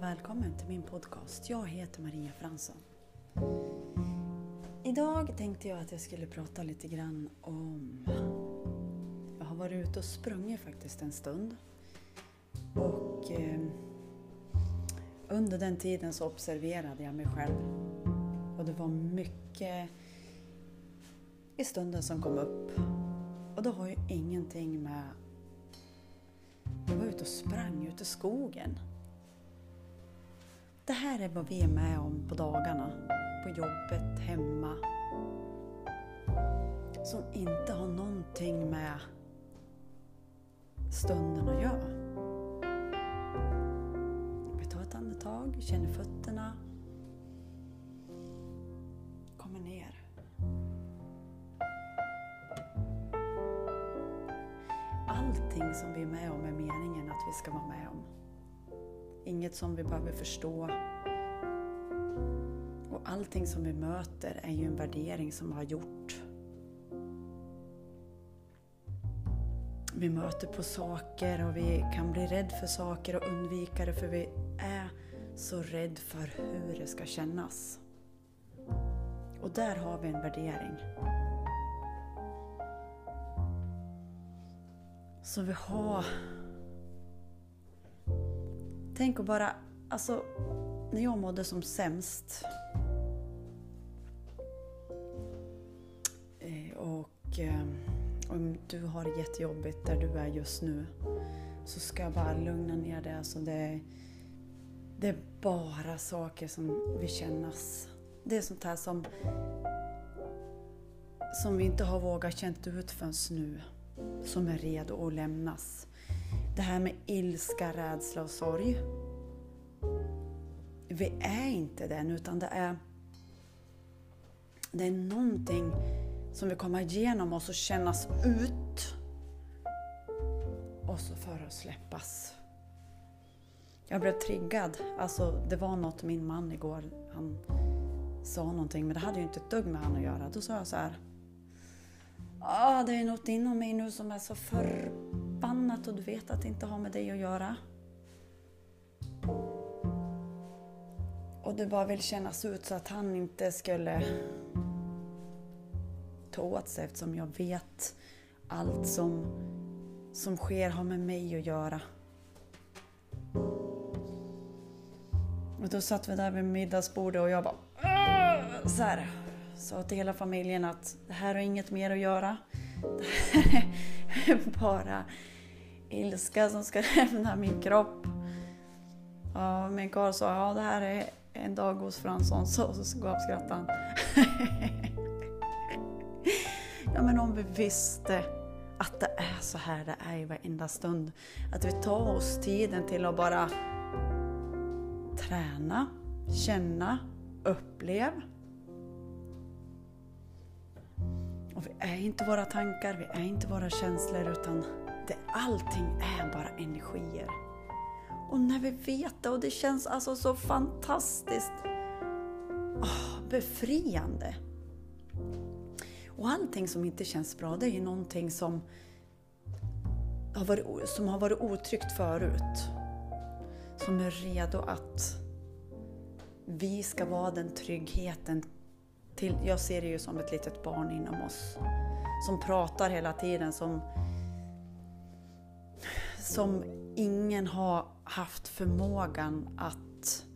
välkommen till min podcast. Jag heter Maria Fransson. Idag tänkte jag att jag skulle prata lite grann om... Jag har varit ute och sprungit faktiskt en stund. Och under den tiden så observerade jag mig själv. Och det var mycket i stunden som kom upp. Och då har ju ingenting med... Jag var ute och sprang ute i skogen. Det här är vad vi är med om på dagarna. På jobbet, hemma. Som inte har någonting med stunden att göra. Vi tar ett andetag, känner fötterna. Kommer ner. Allting som vi är med om är meningen att vi ska vara med om. Inget som vi behöver förstå. Och allting som vi möter är ju en värdering som vi har gjort. Vi möter på saker och vi kan bli rädd för saker och undvika det för vi är så rädd för hur det ska kännas. Och där har vi en värdering. Så vi har... Tänk att bara, alltså när jag mådde som sämst och om du har det jättejobbigt där du är just nu så ska jag bara lugna ner det. Alltså det är bara saker som vi kännas. Det är sånt här som vi inte har vågat känt ut förrän nu. Som är redo att lämnas. Det här med ilska, rädsla och sorg. Vi är inte den utan det är någonting som vill komma igenom oss och kännas ut. Och så för att släppas. Jag blev triggad. Alltså det var något min man igår. Han sa någonting men det hade ju inte ett dugg med han att göra. Då sa jag så här. Det är något inom mig nu som är så förbannat och du vet att det inte har med dig att göra. Och det bara vill kännas ut så att han inte skulle ta åt sig eftersom jag vet allt som sker har med mig att göra. Och då satt vi där vid middagsbordet och jag bara så här. Sa till hela familjen att det här har inget mer att göra. Det här är bara ilska som ska lämna min kropp. Och min karl sa, det här är en dag hos Fransson. Så gapskrattade han. Ja men om vi visste att det är så här det är i varenda stund. Att vi tar oss tiden till att bara träna, känna, uppleva. Och vi är inte våra tankar, vi är inte våra känslor utan allting är bara energier. Och när vi vet det och det känns alltså så fantastiskt befriande. Och allting som inte känns bra det är ju någonting som har varit otryggt förut. Som är redo att vi ska vara den tryggheten. Jag ser det ju som ett litet barn inom oss. Som pratar hela tiden. Som ingen har haft förmågan att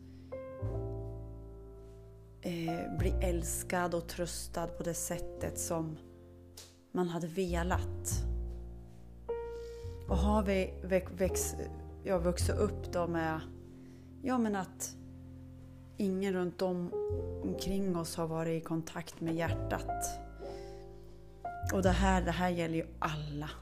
bli älskad och tröstad på det sättet som man hade velat. Och har vi vuxit upp då med men att ingen runt omkring oss har varit i kontakt med hjärtat. Och det här gäller ju alla.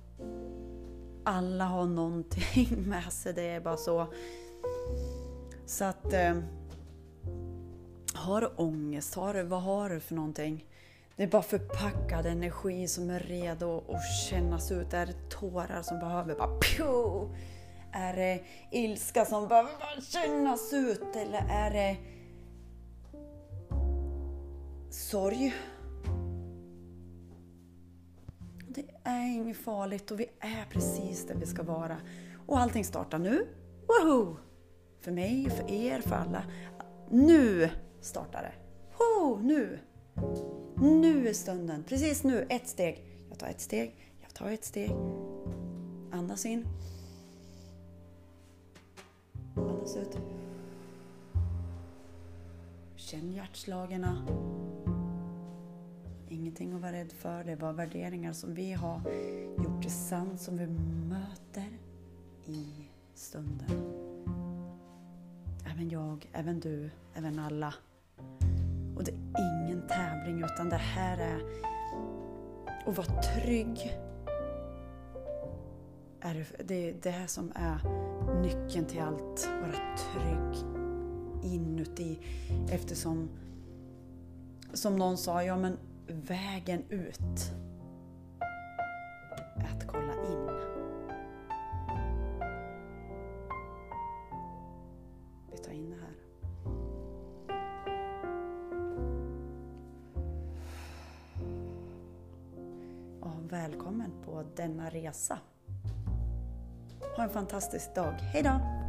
Alla har någonting med sig, det är bara så. Så att har du ångest, vad har du för någonting? Det är bara förpackad energi som är redo att kännas ut. Det är tårar som behöver bara pju. Är det ilska som behöver bara kännas ut? Eller är det sorg? Det är inget farligt och vi är precis där vi ska vara. Och allting startar nu. Woho! För mig, för er, för alla. Nu startar det. Nu! Nu är stunden. Precis nu, ett steg. Jag tar ett steg. Jag tar ett steg. Andas in. Andas ut. Känn hjärtslagarna. Ingenting att vara rädd för. Det är bara värderingar som vi har gjort det sant, som vi möter i stunden. Även jag, även du, även alla. Och det är ingen tävling, utan det här är att vara trygg. Det är det här som är nyckeln till allt. Vara trygg inuti. Eftersom, som någon sa, ja men vägen ut är att kolla in. Vi tar in det här. Och välkommen på denna resa. Ha en fantastisk dag. Hej då!